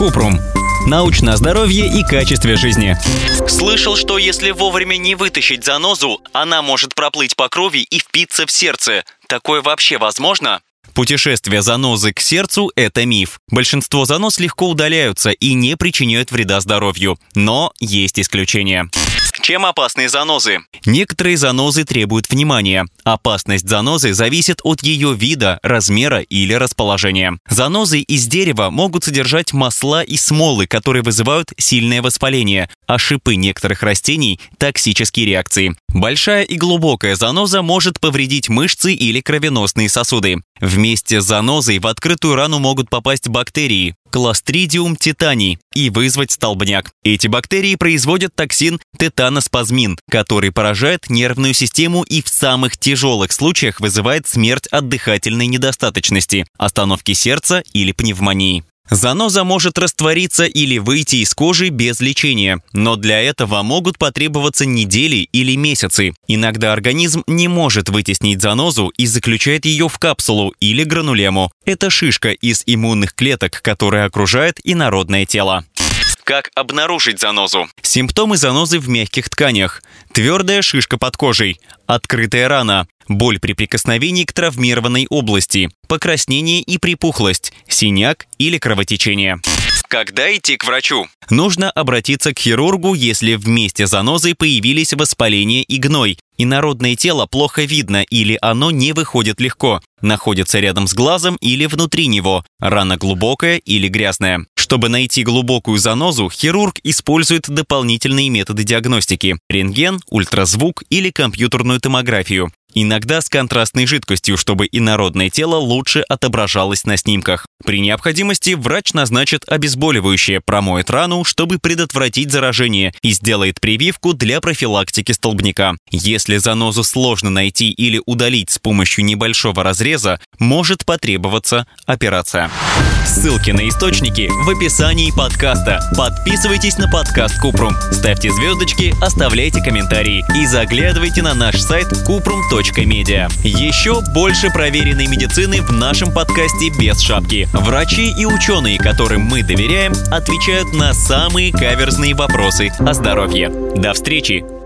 Купрум. Научное здоровье и качестве жизни. Слышал, что если вовремя не вытащить занозу, она может проплыть по крови и впиться в сердце. Такое вообще возможно? Путешествие занозы к сердцу – это миф. Большинство заноз легко удаляются и не причиняют вреда здоровью. Но есть исключения. Чем опасны занозы? Некоторые занозы требуют внимания. Опасность занозы зависит от ее вида, размера или расположения. Занозы из дерева могут содержать масла и смолы, которые вызывают сильное воспаление, а шипы некоторых растений – токсические реакции. Большая и глубокая заноза может повредить мышцы или кровеносные сосуды. Вместе с занозой в открытую рану могут попасть бактерии Clostridium tetani и вызвать столбняк. Эти бактерии производят токсин тетаноспазмин, который поражает нервную систему и в самых тяжелых случаях вызывает смерть от дыхательной недостаточности, остановки сердца или пневмонии. Заноза может раствориться или выйти из кожи без лечения, но для этого могут потребоваться недели или месяцы. Иногда организм не может вытеснить занозу и заключает ее в капсулу или гранулему. Это шишка из иммунных клеток, которая окружает инородное тело. Как обнаружить занозу? Симптомы занозы в мягких тканях. Твердая шишка под кожей. Открытая рана. Боль при прикосновении к травмированной области. Покраснение и припухлость. Синяк или кровотечение. Когда идти к врачу? Нужно обратиться к хирургу, если в месте занозы появились воспаление и гной. Инородное тело плохо видно или оно не выходит легко. Находится рядом с глазом или внутри него. Рана глубокая или грязная. Чтобы найти глубокую занозу, хирург использует дополнительные методы диагностики – рентген, ультразвук или компьютерную томографию. Иногда с контрастной жидкостью, чтобы инородное тело лучше отображалось на снимках. При необходимости врач назначит обезболивающее, промоет рану, чтобы предотвратить заражение, и сделает прививку для профилактики столбняка. Если занозу сложно найти или удалить с помощью небольшого разреза, может потребоваться операция. Ссылки на источники в описании подкаста. Подписывайтесь на подкаст Купрум, ставьте звездочки, оставляйте комментарии и заглядывайте на наш сайт kuprum.media. Еще больше проверенной медицины в нашем подкасте без шапки. Врачи и ученые, которым мы доверяем, отвечают на самые каверзные вопросы о здоровье. До встречи!